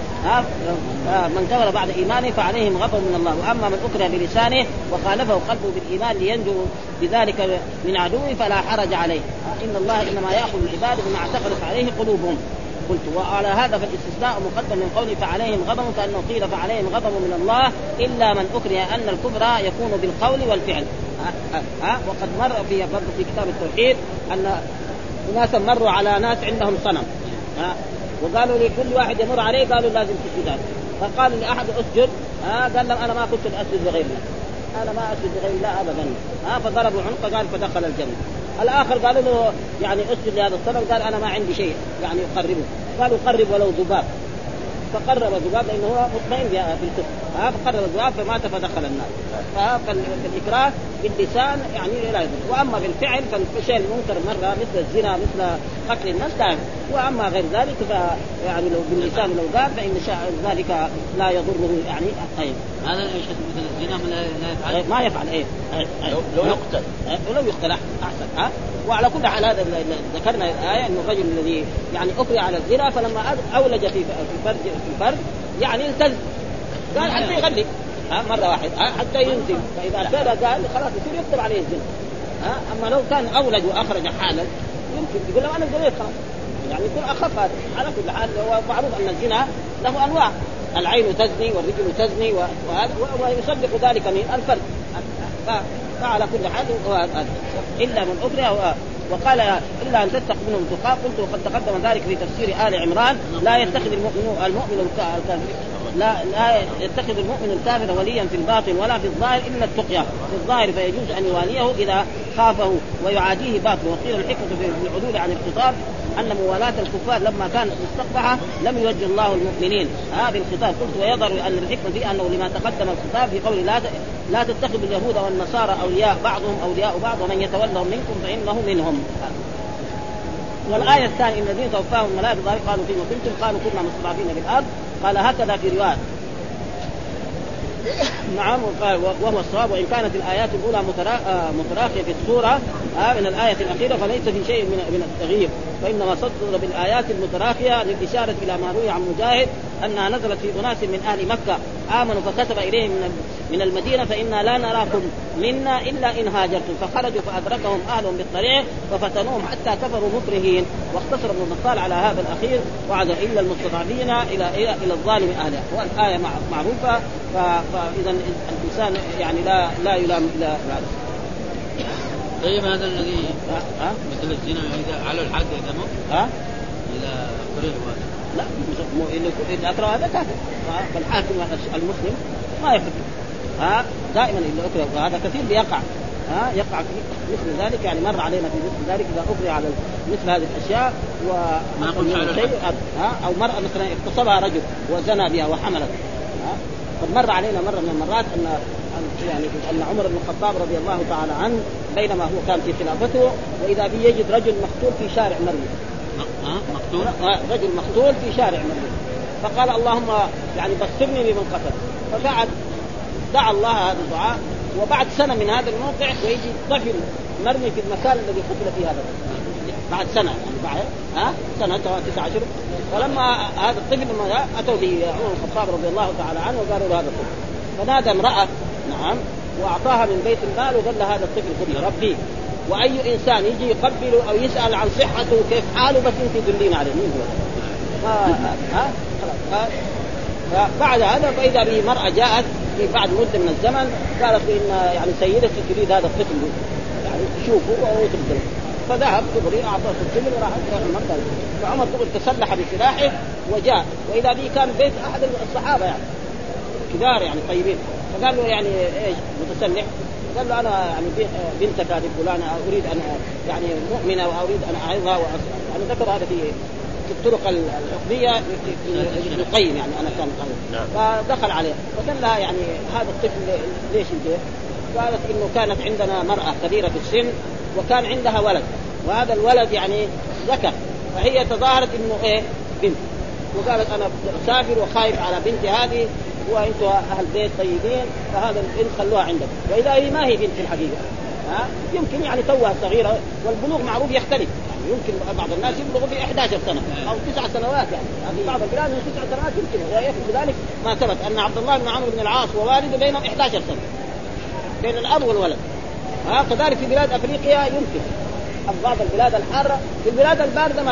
من كفر بعد إيمانه فعليهم غضب من الله، وأما من أكره بلسانه وخالفه قلبه بالإيمان لينجو بذلك من عدوه فلا حرج عليه. إن الله إنما يأخذ العباد بما اعتقدت عليه قلوبهم. قلت. وعلى هذا فالاستثناء مقدم من قوله فعليهم غضب، كأنه قيل فعليهم غضب من الله إلا من أكره أن الكفر يكون بالقول والفعل. ها ها ها وقد مر في في كتاب التوحيد أن ناسا مروا على ناس عندهم صنم، ها وقالوا لكل واحد يمر عليه قالوا لازم تسجد، فقال لأحد أسجد، ها قال لهم أنا ما كنت أسجد لغير الله، أنا ما أسجد لغير الله أبدا، ها فضربوا عنقه قال فدخل الجنة. الآخر قالوا له يعني أسجد لهذا الصنم، قال أنا ما عندي شيء يعني يقربه، قالوا قرب ولو ذباب، فقرب ذباب لأنه هو مطمئن بالكفر، ها فقرب ذباب فمات فدخل النار. فالإكراه باللسان يعني لا يضر، وأما بالفعل فالشيء المنكر مرة مثل الزنا مثل قتل الناس دائما، وأما غير ذلك فيعني لو باللسان لو قال فإن ذلك لا يضره يعني. أي هذا ايش مثل الزنا لا يفعل ما يفعل ايه لو, لو يقتل ولو يقتل احسن. ها وعلى كل حال هذا ذكرنا الايه ان الرجل الذي يعني اكره على الزنا فلما اولج في فرج في الفرج يعني التز قال حتى يغلي ها مره واحد ها حتى ينزل، فاذا اعتاد قال خلاص يصير يكتب عليه الزنا. ها اما لو كان اولج واخرج حالا يمكن يقول له انا زنيت خلاص، يعني يكون اخف. هذا على كل حال هو معروف ان الزنا له انواع، العين تزني والرجل تزني وهذا ويصدق ذلك من الفرد. فعلى كل حال إلا من أكره. وقال إلا أن تتق منهم تقى، قلت وقد تقدم ذلك في تفسير آل عمران لا يتخذ المؤمن المؤمن الكافر لا لا يتخذ المؤمن الكافر وليا في الباطن ولا في الظاهر إلا التقيا، في الظاهر فيجوز أن يواليه إذا خافه ويعاديه باطن. وقيل الحكمة في العدول عن الخطاب أن موالاة الكفار لما كانت مستقبحة لم يوجه الله المؤمنين هذا الخطاب. قلت ويظهر أن الحكمة في أنه لما تقدم الخطاب في قول لا لا تتخذوا اليهود والنصارى أولياء بعضهم أولياء بعض ومن يتولهم منكم فإنه منهم. والآية الثانية إن الذين توفاهم الملائكة قالوا فيما كنتم قالوا كنا مستضعفين في الأرض، قال هكذا في رواية نعم وهو الصواب. وإن كانت الآيات الأولى متراخية في السورة من الآية الأخيرة فليس في شيء من التغيير، فإنما صدر بالآيات المتراخية للإشارة إلى ما روي عن مجاهد أنها نزلت في أناس من أهل مكة آمنوا فكتب إليهم من المدينة فإنا لا نراكم منا إلا إن هاجرتم، فخرجوا فأدركهم أهلهم بالطريق ففتنوهم حتى كفروا مكرهين. واختصر ابن بطال على هذا الأخير وعد إلا المستضعفين إلى إلى إلى الظالم أهله. والآية معروفة، فإذا الإنسان يعني لا لا يلام إلى هذا. طيب هذا الذي مثل الزنا إذا على الحد إذا مو ها إذا كره لا مو إذا أكره هذا كافر، فالحاكم المسلم ما يفرق. ها دائما إذا أكره، وهذا كثير بيقع ها يقع في مثل ذلك، يعني مر علينا في مثل ذلك إذا أكره على مثل هذه الأشياء و ها أو مرأة مثلا اغتصبها رجل وزنى بها وحملت. ها قد مر علينا مرة من المرات أن يعني أن عمر بن الخطاب رضي الله تعالى عنه بينما هو كان في خلافته وإذا به يجد رجل مقتول في شارع مريم، مقتول رجل مقتول في شارع مريم، فقال اللهم يعني بصرني بمن قتل، فقعد دعا الله هذا الدعاء. وبعد سنة من هذا الموقع ويجي طفل مرمي في المكان الذي قتل فيه هذا بعد سنة يعني بعد ها سنة تسعة أشهر. فلما هذا الطفل لما أتوا بعمر الخطاب رضي الله تعالى عنه وقالوا له هذا الطفل، فنادى امرأة نعم وأعطاها من بيت المال وقال له هذا الطفل خذي ربي، وأي إنسان يجي يقبله أو يسأل عن صحته كيف حاله بس أنت تدلين عليه مين هو. ها خلاص. فبعد هذا فإذا به مرأة جاءت في بعد مدة من الزمن قالت إن يعني سيدتي تريد هذا الطفل يعني تشوفه وهو تبدله، فذهب دغري أعطاه الطفل وراح المرأة. فعمر دغري تسلح بسلاحه وجاء، وإذا به كان بيت أحد الصحابة يعني كبار يعني طيبين، فقال له يعني إيش متسلح؟ قال له أنا يعني بنتك هذه فلانة أريد أن يعني مؤمنة وأريد أن أعظها يعني ذكر هذا في الطرق الحكمية ابن القيم يعني أنا كان قال. فدخل عليه فقال لها يعني هذا الطفل ليش انت؟ قالت إنه كانت عندنا مرأة كبيرة في السن وكان عندها ولد، وهذا الولد يعني ذكر، فهي تظاهرت إنه إيه بنت، وقالت أنا سافر وخايف على بنتي هذه وأنتوا أهل بيت طيبين فهذا البنت خلوها عندك. وإذا هي ما هي بنت في الحقيقة ها يمكن يعني توها صغيرة، والبلوغ معروف يختلف، يعني يمكن بعض الناس يبلغوا في إحدى عشرة سنة أو تسع سنوات، يعني في بعض البلاد من تسع سنوات يمكن، ويكفي بذلك ما ثبت أن عبد الله بن عمرو بن العاص ووالده بينهم إحدى عشرة سنة بين الأب والولد. ها كذلك في بلاد أفريقيا يمكن، في بعض البلاد الحارة، في البلاد الباردة ما يمكن،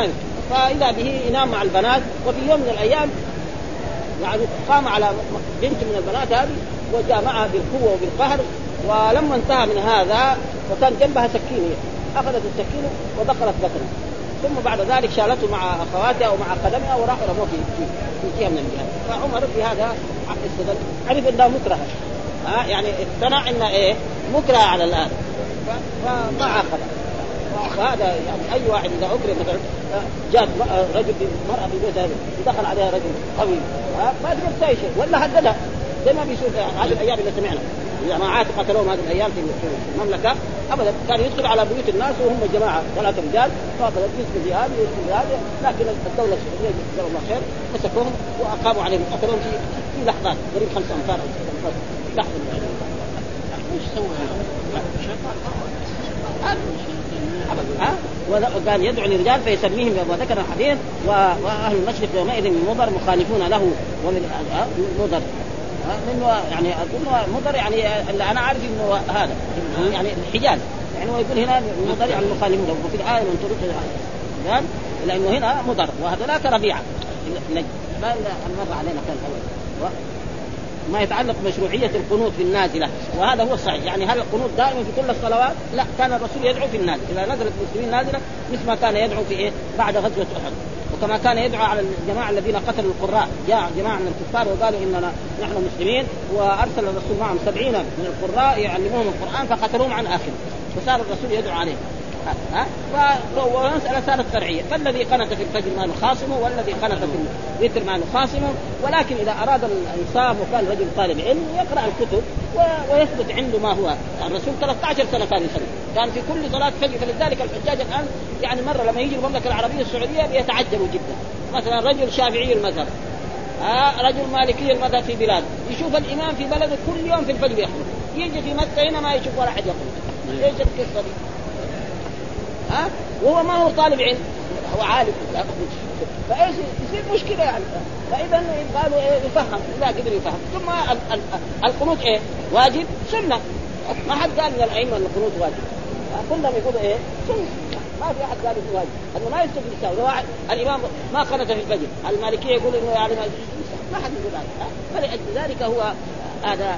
فإذا به ينام مع البنات. وفي يوم من الأيام يعني قام على بنت من البنات هذه وجامعها بالقوة وبالقهر، ولما انتهى من هذا وكان جنبها سكينة أخذت السكينة ودخلت بطنه، ثم بعد ذلك شالته مع أخواتها ومع قدمها وراحوا رموه في في جهة من الجهات. فعمر في هذا استدل عرف أنها مكرهة، ها يعني اقتنع أن إيه مكرهة على الآن فما عاقب. وهذا يعني أي واحد إذا أكره مثلا جاء رجل مرأة في بيتها ودخل عليها رجل قوي ما تقدر تسوي شيء ولا هددها زي ما بيشوف هذه الأيام اللي سمعنا جماعات قتلوهم هذه الأيام في المملكة أبدا، كان يدخل على بيوت الناس وهم جماعة ثلاثة رجال فأبدا يسكت هذا ويسكت هذا، لكن الدولة السعودية جزاهم الله خير مسكوهم وأقاموا عليهم قتلوهم في في لحظات قريب خمس أمتار لحظة. ايش سوى ها وقال يدعو للرجال فيسميهم وذكر الحديث واهل المشرق يومئذ من مضر مخالفون له ومن مضر منه يعني اظن مضر يعني اللي انا عارف انه هذا يعني الحجاز يعني هو يقول هنا مضر يعني مخالفون له، وفي الايه من طرق قال لانه هنا مضر وهذاك ربيعه مر علينا كان اول ما يتعلق بمشروعية القنوت في النازلة، وهذا هو الصحيح. يعني هل القنوت دائما في كل الصلوات؟ لا، كان الرسول يدعو في النازلة إذا نزلت المسلمين نازلة مثل ما كان يدعو في إيه بعد غزوة أحد، وكما كان يدعو على الجماعة الذين قتلوا القراء. جاء جماعة من الكفار وقالوا إننا نحن مسلمين وأرسل الرسول معهم سبعين من القراء يعلموهم القرآن فقتلوهم عن آخر، فصار الرسول يدعو عليهم. ها ومسألة صارت فرعية، فالذي قنت في الفجر ما نخاصمه والذي قنت في الوتر ما نخاصمه، ولكن إذا أراد الإنصاف وكان رجل طالب علم يقرأ الكتب ويثبت عنده ما هو. الرسول ثلاثة عشر سنة كان يصلي، كان في كل صلاة فجر، فلذلك الحجاج الآن يعني مرة لما يجي المملكة العربية السعودية بيتعجبوا جدا. مثلا رجل شافعي المذهب آه رجل مالكي المذهب في بلاد يشوف الإمام في بلده كل يوم في الفجر يخرج، يجي في مكة هنا ما يشوف ولا أحد يخرج. ايش القصة دي؟ ها وهو ما هو طالب علم، هو عالم فايش يصير مشكله يعني. فاذا قالوا ايه يفهم اذا قدر يفهم. ثم القنوت ايه واجب سنه، ما حد قال من الائمه ان القنوت واجب، كلهم يقولوا ايه سنه، ما في احد قال انه واجب، انه ما يستوي يساوي. لو الامام ما قنت في الفجر المالكيه يقول انه يعني ما حد يقول هذا، فلذلك هو هذا.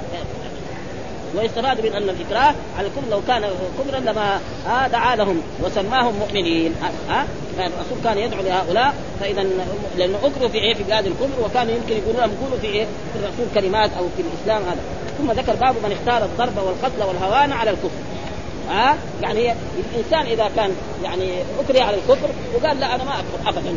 ويستفاد من أن الإكراه على الكفر لو كان كفرا لما آه دعا لهم وسماهم مؤمنين. ها آه الرسول كان يدعو لهؤلاء، فإذا لأنه أكرهوا في إيه في بلاد الكفر، وكان يمكن يقولوا لهم قولوا في إيه في الرسول كلمات أو في الإسلام هذا. ثم ذكر باب من اختار الضرب والقتل والهوان على الكفر. ها آه يعني الإنسان إذا كان يعني أكره على الكفر وقال لا أنا ما أكفر أبدا،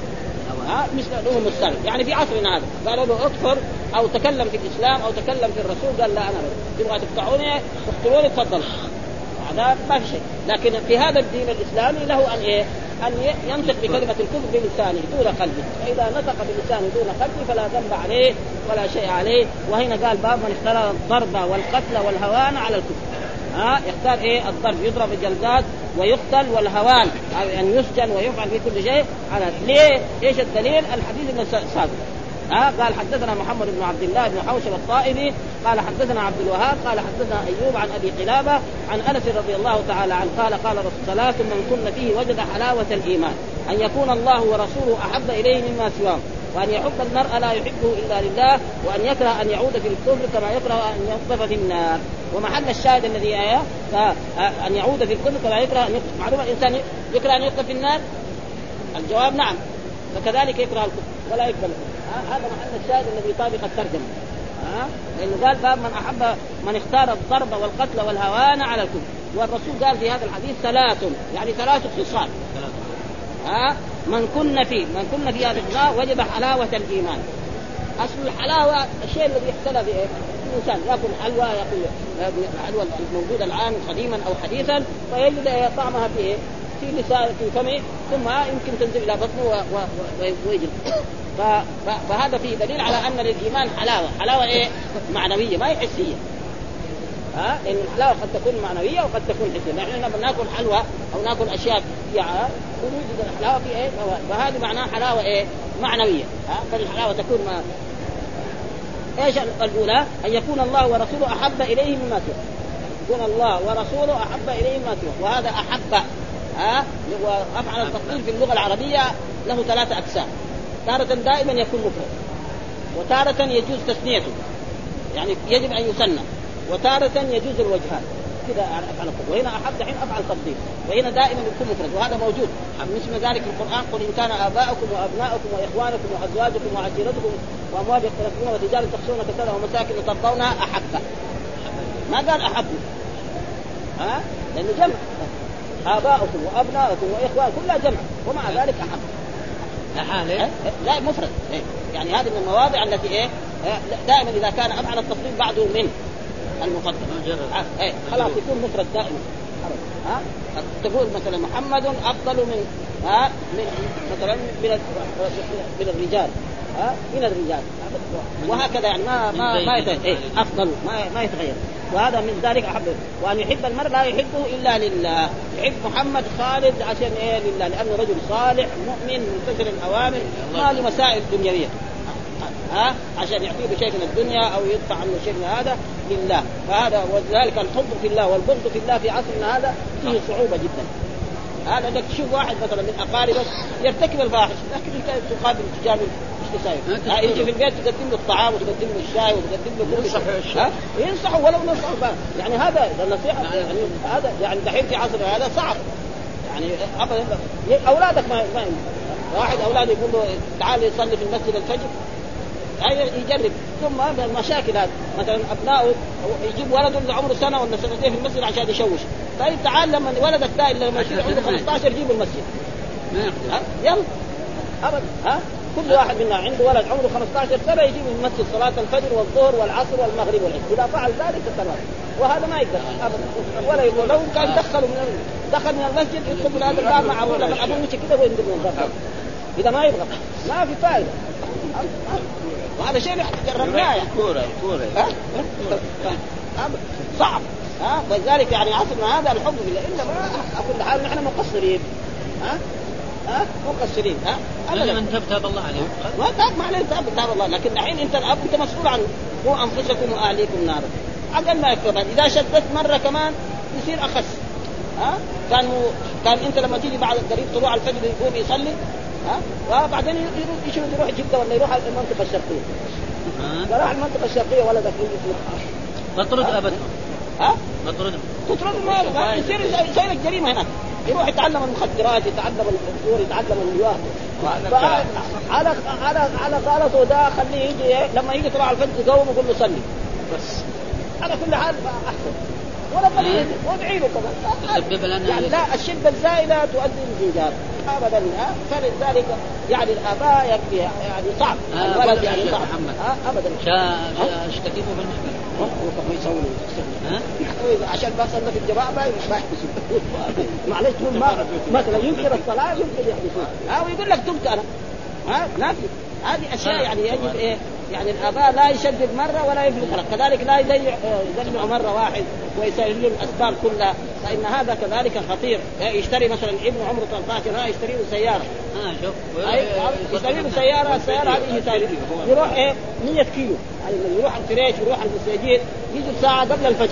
ها مثل الأمم السابقة يعني في عصرنا هذا قالوا له اكفر او تكلم في الاسلام او تكلم في الرسول، قال لا انا تبغى تقطعوني تقتلوني تفضل، هذا ما في شيء. لكن في هذا الدين الاسلامي له ان ايه ان ينطق بكلمه الكفر بلسانه دون قلبه، فاذا نطق بلسانه دون قلبه فلا ذنب عليه ولا شيء عليه. وهنا قال باب من اختار الضرب والقتل والهوان على الكفر. ها يختار ايه الضرب يضرب الجلدات ويقتل، والهوان ان يسجن ويفعل في كل شيء. على ليه ايش الدليل؟ الحديث السابق ها قال حدثنا محمد بن عبد الله بن حوشب الطائفي قال حدثنا عبد الوهاب قال حدثنا ايوب عن ابي قلابه عن انس رضي الله تعالى عنه قال قال رسول ثلاث من كن فيه وجد حلاوه الايمان ان يكون الله ورسوله احب اليه مما سواه، وأن يحب المرء لا يحبه إلا لله، وأن يكره أن يعود في الكفر كما يكره أن يقذف في النار. ومحل الشاهد الذي آية أن يعود في الكفر كما يكره أن يقذف. معلومة الإنسان يكره أن يقذف في النار؟ الجواب نعم، فكذلك يكره الكفر ولا يقبل. هذا محل الشاهد الذي طابق الترجمة. لأنه قال باب من أحب من اختار الضرب والقتل والهوان على الكفر. والرسول قال في هذا الحديث ثلاث يعني ثلاث خصال ها من كن فيه من كن في هذا الغناء وجد حلاوة الإيمان. أصل الحلاوة الشيء الذي يحتلى به الإنسان، يأكل حلوى يأكل الحلوى الموجودة الآن قديما أو حديثا فيجد طعمها في في لسانه في فمه ثم يمكن تنزل إلى بطنه ويجد. فهذا فيه دليل على أن للإيمان حلاوة. حلاوة إيه؟ معنوية ما هي حسية. ها لأن الحلاوة قد تكون معنوية وقد تكون حسية. نحن لما ناكل حلوى أو ناكل أشياء فيها ونوجد الحلاوة في إيه؟ فهذه معناها حلاوة إيه؟ معنوية. ها فالحلاوة تكون ما إيش الأولى؟ أن يكون الله ورسوله أحب إليه مما سواه. يكون الله ورسوله أحب إليه مما سواه، وهذا أحب ها وأفعل التقدير في اللغة العربية له ثلاثة أقسام. تارة دائما يكون مفرد، وتارة يجوز تثنيته يعني يجب أن يثنى، وتارة يجوز الوجهان كذا أفعل التفضيل. وهنا أحب حين أفعل التفضيل، وهنا دائما يكون مفرد، وهذا موجود مثل ذلك في القرآن: قل إن كان آباؤكم وأبناؤكم وإخوانكم وأزواجكم وعشيرتكم وأموال يقترفون وتجارة تخشون كثرها ومساكن ترضونها أحب. ما قال أحب، ها؟ لأنه جمع، آباؤكم وأبناؤكم وإخوانكم كلها جمع، ومع ذلك أحب. لحاله لا مفرد، يعني هذه من المواضع التي إيه دائما إذا كان أفعل التفضيل بعده من المقدم إيه خلاص يكون مفرد دائما. ها تقول مثلا محمد أفضل من ها من مثلا من من الرجال، ها من الرجال، وهكذا يعني ما ما ما يتغير أفضل ما ما يتغير. وهذا من ذلك أحب. وأن يحب المرء لا يحبه إلا لله. يحب محمد خالد عشان إيه؟ لله، لأنه رجل صالح مؤمن ممتثل الأوامر ما له مسائل دنيوية، ها عشان يعطيه بشيء من الدنيا أو يدفع عنه شيء من هذا لله. فهذا وذلك الحب في الله والبغض في الله في عصرنا هذا فيه صعوبة جدا. هذا انك تشوف واحد مثلا من اقاربك يرتكب الفاحش لكن انت تقابل تجامل مش تساوي، يجي في البيت تقدم له الطعام وتقدم له الشاي وتقدم له كل شيء، ها ينصحه ولو نصحه يعني هذا النصيحه يعني هذا يعني دحين في عصرنا هذا صعب يعني ابدا. اولادك ما ما واحد اولاده يقول له تعال يصلي في المسجد الفجر يجرب، ثم المشاكل هذه مثلا ابنائه يجيب ولده اللي عمره سنه ولا سنتين في المسجد عشان يشوش. طيب تعال لما ولدك ده اللي لما يصير عنده خمسة عشر جيبه المسجد ما يقدر يلا ابدا. ها كل واحد منا عنده ولد عمره خمسة عشر سنه يجيب المسجد صلاه الفجر والظهر والعصر والمغرب والعشاء، اذا فعل ذلك تمام. وهذا ما يقدر ابدا. ولا يقول لو كان دخل من دخل من المسجد يدخل من هذا الباب مع ابوه لما ابوه مشي كده وينزل من الباب اذا ما يبغى ما في فائده. وهذا شيء جربناه يعني كورة كورة صعب. ها ولذلك يعني عصرنا هذا الحب بالله إلا ما أقول حال نحن مقصرين. ها ها مقصرين. ها أبدا من تاب تاب الله عليه ما تاب ما عليه تاب تاب الله. لكن الحين أنت الأب أنت مسؤول عنه، هو أنفسكم وأهليكم نارا. أقل ما يكتب إذا شدت مرة كمان يصير أخس. ها كانوا كان أنت لما تيجي بعد قريب طلوع الفجر يقوم يصلي، ها وبعدين يشوف يروح جدة ولا يروح المنطقة الشرقية. راح المنطقة الشرقية ولدك تطرد أبدا. ها تطرد تطرد ما يصير يصير جريمة هناك، يروح يتعلم المخدرات يتعلم الفطور يتعلم اللواء على على على غلطه ده. خليه يجي لما يجي طلع الفجر يقوم ويقول له صلي بس. على كل حال أحسن ولا قليل وادعي له كمان يعني لا الشدة الزائدة تؤدي الانفجار ابدا. فلذلك يعني الاباء يكفي يعني صعب آه الولد يعني صعب آه ابدا اشتكيه بالنسبه هو يسوي ها عشان ما صلى في الجماعه ما يحبسوا معلش ما مثلا ينكر الصلاه يمكن يحبسوه ها ويقول لك تبت انا ها ما في هذه اشياء يعني يجب ايه يعني الاباء لا يشدد مره ولا يفلت مره، كذلك لا يضيع يضيع مره واحد ويسهل له الاسباب كلها، فان هذا كذلك خطير. يشتري مثلا ابن عمره ثلاثة عشر سنه يشتري له سياره اه شوف يشتري له سياره السياره هذه يسافر يروح ايه مية كيلو يعني يروح الفريش يروح المساجد يجي ساعه قبل الفجر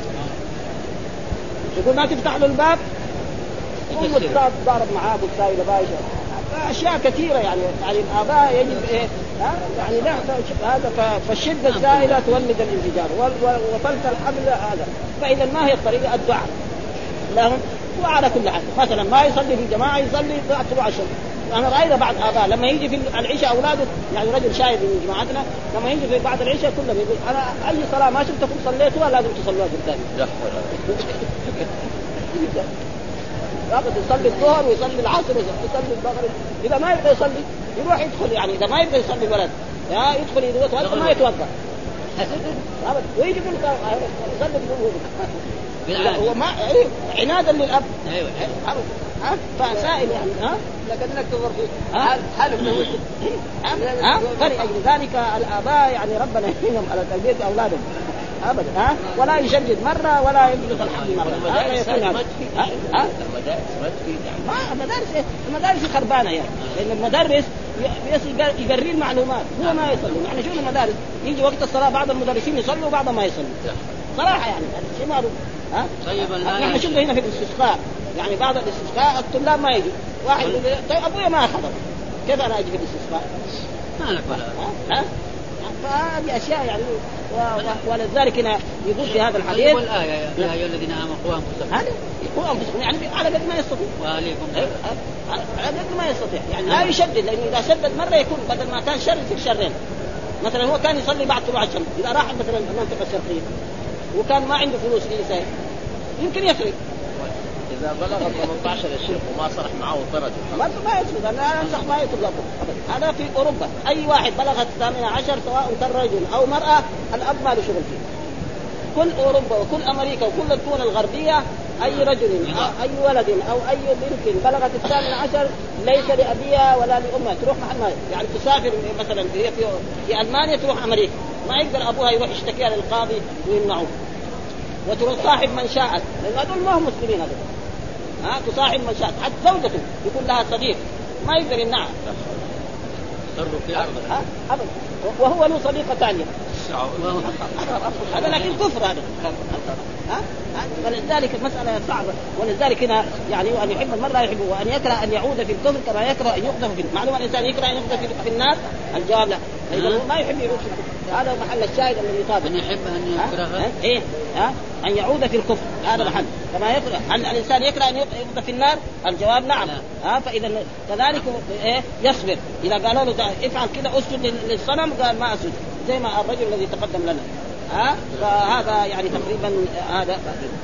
يقول ما تفتح له الباب ثم تضارب معاه بتساوي لبايشه اشياء كثيره يعني يعني الاباء يجب ايه يعني لا هذا. فالشده الزائده تولد الانفجار وفلت الحبل هذا. فاذا ما هي الطريقه الدعاء لهم. وعلى كل حال مثلا ما يصلي في الجماعه يصلي بعد طلوع الشمس. انا راينا بعض اباء لما يجي في العشاء اولاده يعني رجل شاهد من جماعتنا لما يجي في بعد العشاء كلهم يقول انا اي صلاه ما شفتكم صليتوها لازم تصلوها قدامي. ياخذ يصلي الظهر ويصلي العصر ويصلي المغرب. اذا ما يبغى يصلي يروح يدخل يعني اذا ما يبغى يصلي الولد يا يدخل يتوضا ما يتوضا ويجي يقول يصلي بدون هو ما عنادا للاب. ايوه ها فسائل يعني ها لكنك تنظر في حالك ها فلذلك الاباء يعني ربنا يعينهم على تربيه اولادهم ابدا. ها ولا يشدد مره ولا يبلغ الحد مره. هذا يكون هذا ها ما المدارس المدارس خربانه يعني لان المدرس يقرر المعلومات هو ما يصلي. يعني شو المدارس يجي وقت الصلاه بعض المدرسين يصلوا وبعض ما يصلوا صراحه يعني هذا شيء معروف. ها طيب نحن شفنا هنا في الاستسقاء يعني بعض الاستسقاء الطلاب ما يجي واحد يقول طيب ابويا ما حضر كيف أنا أجي في الاستسقاء؟ ما لك ولا ها؟ فهذه أشياء يعني ولذلك هنا يقول في هذا الحديث والآية يا أيها الذين آمنوا قوا أنفسكم هذا قوا أنفسكم يعني على قد ما يستطيع وأهليكم على قد ما يستطيع يعني لا يشدد لأنه إذا شدد مرة يكون بدل ما كان شر يصير شرين. مثلا هو كان يصلي بعد طلوع الشمس إذا راح مثلا المنطقة الشرقية وكان ما عنده فلوس يساوي يمكن يسرق. إذا بلغ ثمانية عشر الشرق وما صرح معه الدرجة ما ما يسرق أنا أنصح ما يطلق هذا في أوروبا أي واحد بلغ الثامنة عشر سواء كان رجل أو مرأة الأب ما له شغل فيه. كل أوروبا وكل أمريكا وكل الدول الغربية أي رجل أي ولد أو أي بنت بلغت الثامنة عشر ليس لأبيها ولا لأمها تروح محل ما يعني تسافر مثلا في في ألمانيا تروح أمريكا ما يقدر أبوها يروح يشتكيها للقاضي ويمنعوه وتروح صاحب من شاءت لأن هذول ما هم مسلمين هذول ها تصاحب من شاءت حتى زوجته يكون لها صديق ما يقدر يمنعها أبدا وهو له صديقة ثانية هذا لكن كفر هذا ها فلذلك المسألة صعبة ولذلك هنا يعني أن يحب المرء يحبه وأن يكره أن يعود في الكفر كما يكره أن يقذف في معلومة الإنسان يكره أن يقذف في النار الجواب لا إذا ما يحب يعود في الكفر هذا محل الشاهد الذي يطابق أن يحب أن يكره إيه ها أن يعود في الكفر هذا محل كما يكره هل الإنسان يكره أن يقذف في النار الجواب نعم ها فإذا كذلك إيه يصبر إذا قالوا له افعل كذا أسجد للصنم قال ما أسجد زي ما الرجل الذي تقدم لنا ها فهذا يعني تقريبا هذا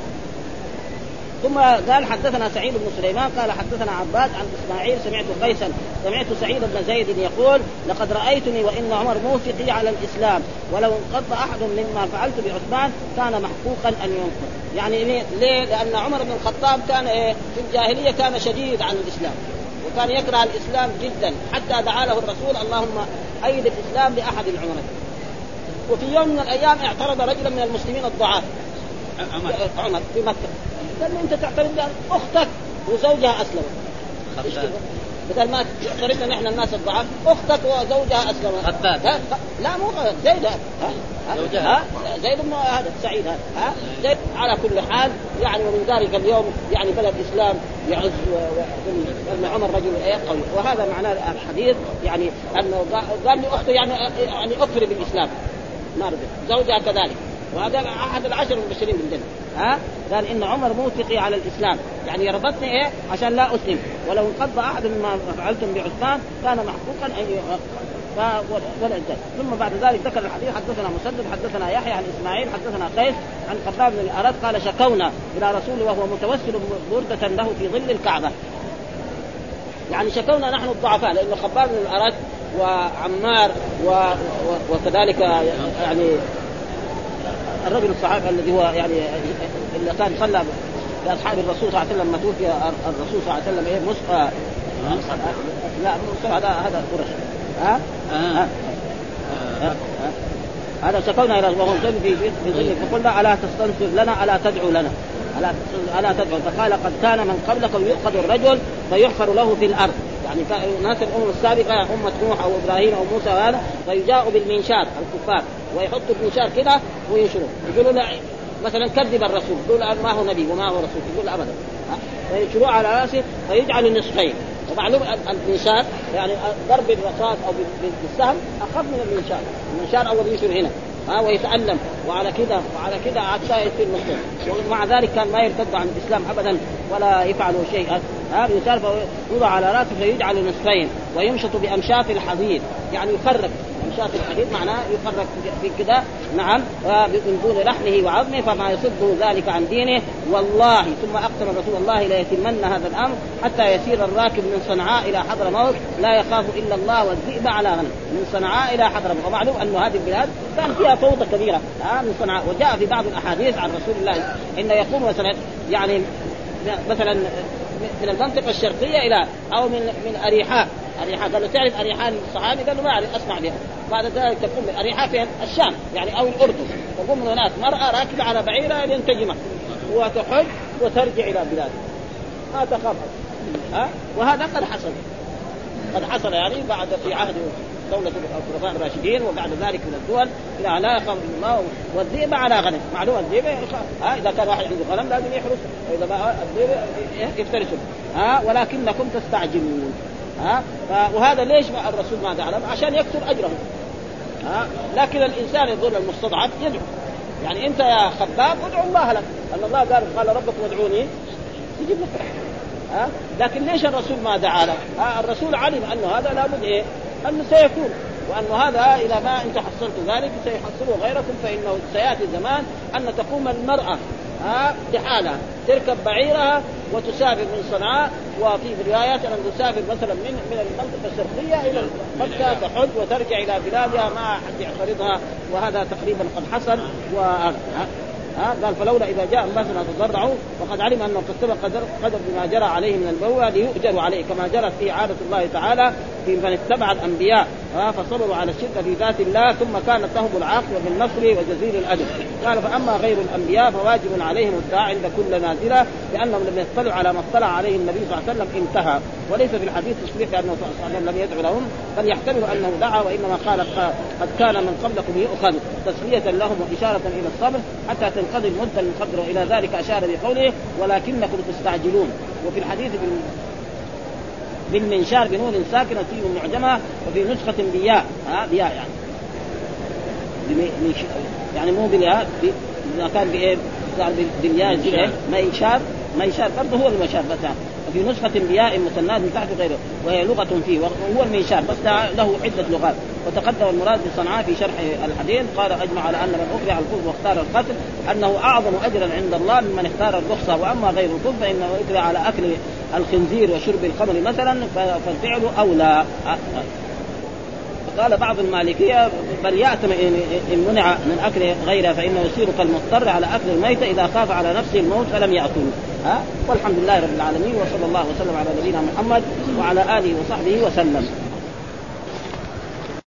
ثم قال حدثنا سعيد بن سليمان قال حدثنا عباد عن اسماعيل سمعت قيسا سمعت سعيد بن زيد يقول لقد رأيتني وإن عمر موثقي على الإسلام ولو انقض أحد مما فعلت بعثمان كان محقوقا أن ينقض يعني ليه؟ لأن عمر بن الخطاب كان إيه في الجاهلية كان شديد عن الإسلام وكان يكره الإسلام جدا حتى دعا له الرسول اللهم أيد الإسلام لأحد العمرين. وفي يوم من الأيام اعترض رجلا من المسلمين الضعاف عمر في مكة قال له أنت تعترض أختك وزوجها أسلم بدل ما تعترضنا نحن الناس الضعاف أختك وزوجها أسلم خباب لا مو زيد زوجها زيد بن هذا سعيد هذا زيد على كل حال يعني ومن ذلك اليوم يعني بلد إسلام يعز وأن عمر رجل قوي وهذا معناه الحديث يعني أنه قال لي أخته يعني يعني أكفر بالإسلام ما رضي زوجها كذلك وهذا أحد العشر المبشرين بالجنة ها قال إن عمر موثقي على الإسلام يعني يربطني إيه عشان لا أسلم ولو انقض أحد مما فعلتم بعثمان كان محقوقا أن ولا إنسان. ثم بعد ذلك ذكر الحديث حدثنا مسدد حدثنا يحيى عن إسماعيل حدثنا قيس عن خباب بن الأرد قال شكونا إلى رسول وهو متوسل بردة له في ظل الكعبة يعني شكونا نحن الضعفاء لأن خباب بن الأرد وعمار و... و... وكذلك يعني الرجل الصحابي الذي هو يعني اللي كان صلى بأصحاب الرسول صلى الله عليه وسلم لما توفي الرسول صلى الله عليه وسلم ايه مصطفى لا مصطفى هذا هذا قرش ها ها هذا شكونا الى وهم في في ظل فقلنا الا تستنصر لنا الا تدعو لنا الا الا تدعو فقال قد كان من قبلكم يؤخذ الرجل فيحفر له في الارض يعني ناس الامم السابقه أمة نوح او ابراهيم او موسى هذا فيجاء بالمنشار الكفار ويحطوا المنشار كده وينشروا يقولوا له مثلا كذب الرسول يقول ما هو نبي وما هو رسول يقول ابدا فينشروه على راسه فيجعل نصفين ومعلوم المنشار يعني ضرب الرصاص او بالسهم اخف من المنشار المنشار اول ينشر هنا ها ويتألم وعلى كده وعلى كده حتى يصير مسلم ومع ذلك كان ما يرتد عن الإسلام أبدا ولا يفعل شيء ها يسار فيوضع على رأسه فيجعل نصفين ويمشط بأمشاط الحديد يعني يفرق أمشاط الحديد معناه يفرق في كده نعم من دون لحمه وعظمه فما يصده ذلك عن دينه والله ثم أقسم رسول الله لا يتمن هذا الأمر حتى يسير الراكب من صنعاء إلى حضرموت لا يخاف إلا الله والذئب على غنم من صنعاء إلى حضرموت ومعلوم أن هذه البلاد كان فيها فوضى كبيرة من صنعاء وجاء في بعض الأحاديث عن رسول الله إن يقوم مثلا يعني مثلا من المنطقة الشرقية إلى أو من من أريحاء أريحاء قالوا تعرف أريحاء الصحابي قالوا ما أعرف أسمع بها بعد ذلك تقوم من أريحاء فين الشام يعني أو الأردن تقوم من هناك مرأة راكبة على بعيرة لينتجمة وتحج وترجع إلى بلادها ما تخاف ها وهذا قد حصل قد حصل يعني بعد في عهد دولة الخلفاء الراشدين وبعد ذلك من الدول إلى لا يخاف الماء والذئب على غنم معلومة الذئب ها إذا كان واحد عنده غنم لازم يحرس وإذا ما الذئب يفترسه ها ولكنكم تستعجلون ها. وهذا ليش ما الرسول ما دعا لهم؟ عشان يكثر أجره. ها. لكن الإنسان يظن المستضعف يدعو، يعني أنت يا خباب ادعو الله لك، أن الله قال قال ربكم ادعوني يجيب لك. ها. لكن ليش الرسول ما دعا له؟ ها. الرسول علم أنه هذا لابد إيه أنه سيكون، وأنه هذا إذا ما أنت حصلت ذلك سيحصله غيركم، فإنه سيأتي زمان أن تقوم المرأة ها بحالها تركب بعيرها وتسافر من صنعاء، وفي روايات أن تسافر مثلا من من المنطقة الشرقية إلى مكة تحج وترجع إلى بلادها ما حد يعترضها، وهذا تقريبا قد حصل. وهذا ها قال فلولا إذا جاء مثلا تضرعوا وقد علم أنه قد سبق قدر قدر بما جرى عليه من البوة ليؤجروا عليه، كما جرت في عادة الله تعالى في من اتبع الأنبياء فصبروا على الشرك في ذات الله ثم كانت لهم العاقبة بالنصر وجزيل الأجر. قال فأما غير الأنبياء فواجب عليهم الدعاء عند كل نازلة، لأنهم لم يطلعوا على ما اطلع عليه النبي صلى الله عليه وسلم انتهى. وليس في الحديث تصريح بأنه صلى الله عليه وسلم لم يدعو لهم، بل يحتمل أنه دعا، وإنما قال قد كان من قبلكم يؤخذ تسلية لهم وإشارة إلى الصبر حتى تنقضي المدة المقدرة، إلى ذلك أشار بقوله ولكنكم تستعجلون. وفي الحديث بالمنشار بنون ساكنة سين معجمة، وفي نسخة بياء ها بياء يعني يعني مو بالياء إذا كان بإيه بالياء زي منشار منشار برضه هو المنشار بس. وفي نسخة بياء مثنات من تحت غيره، وهي لغة فيه وهو المنشار بس له عدة لغات. وتقدم المراد بصنعاء في شرح الحديث قال أجمع على أن من أكره الكفر واختار القتل أنه أعظم أجرا عند الله ممن اختار الرخصة، وأما غير الكفر فإنه أكره على أكل الخنزير وشرب الخمر مثلا فالفعل أولى. قال بعض المالكية بل يأتم إن منع من أكل غيرها فإنه يصير كالمضطر على أكل الميت إذا خاف على نفسه الموت فلم يأكل. ها. والحمد لله رب العالمين، وصلى الله وسلم على نبينا محمد وعلى آله وصحبه وسلم.